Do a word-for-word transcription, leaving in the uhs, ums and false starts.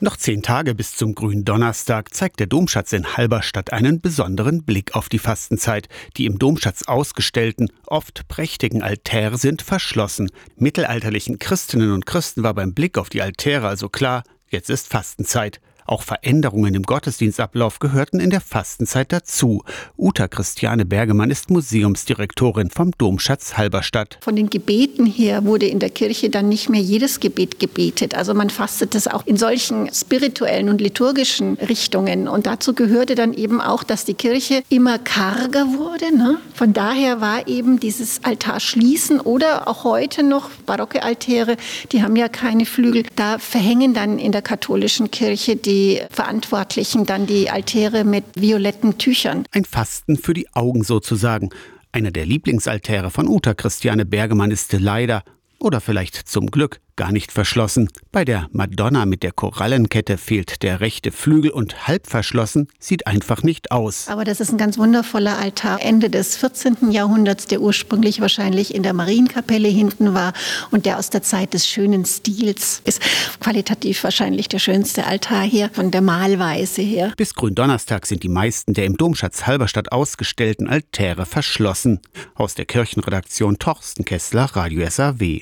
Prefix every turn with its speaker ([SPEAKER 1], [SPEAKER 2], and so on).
[SPEAKER 1] Noch zehn Tage bis zum Gründonnerstag zeigt der Domschatz in Halberstadt einen besonderen Blick auf die Fastenzeit. Die im Domschatz ausgestellten, oft prächtigen Altäre sind verschlossen. Mittelalterlichen Christinnen und Christen war beim Blick auf die Altäre also klar, jetzt ist Fastenzeit. Auch Veränderungen im Gottesdienstablauf gehörten in der Fastenzeit dazu. Uta Christiane Bergemann ist Museumsdirektorin vom Domschatz Halberstadt.
[SPEAKER 2] Von den Gebeten her wurde in der Kirche dann nicht mehr jedes Gebet gebetet. Also man fastet das auch in solchen spirituellen und liturgischen Richtungen. Und dazu gehörte dann eben auch, dass die Kirche immer karger wurde. Ne? Von daher war eben dieses Altarschließen oder auch heute noch barocke Altäre, die haben ja keine Flügel. Da verhängen dann in der katholischen Kirche die Die Verantwortlichen dann die Altäre mit violetten Tüchern.
[SPEAKER 1] Ein Fasten für die Augen sozusagen. Einer der Lieblingsaltäre von Uta Christiane Bergemann ist leider, oder vielleicht zum Glück, gar nicht verschlossen. Bei der Madonna mit der Korallenkette fehlt der rechte Flügel und halb verschlossen sieht einfach nicht aus.
[SPEAKER 2] Aber das ist ein ganz wundervoller Altar. Ende des vierzehnten Jahrhunderts, der ursprünglich wahrscheinlich in der Marienkapelle hinten war und der aus der Zeit des schönen Stils ist. Qualitativ wahrscheinlich der schönste Altar hier von der Malweise her.
[SPEAKER 1] Bis Gründonnerstag sind die meisten der im Domschatz Halberstadt ausgestellten Altäre verschlossen. Aus der Kirchenredaktion Torsten Kessler, Radio S A W.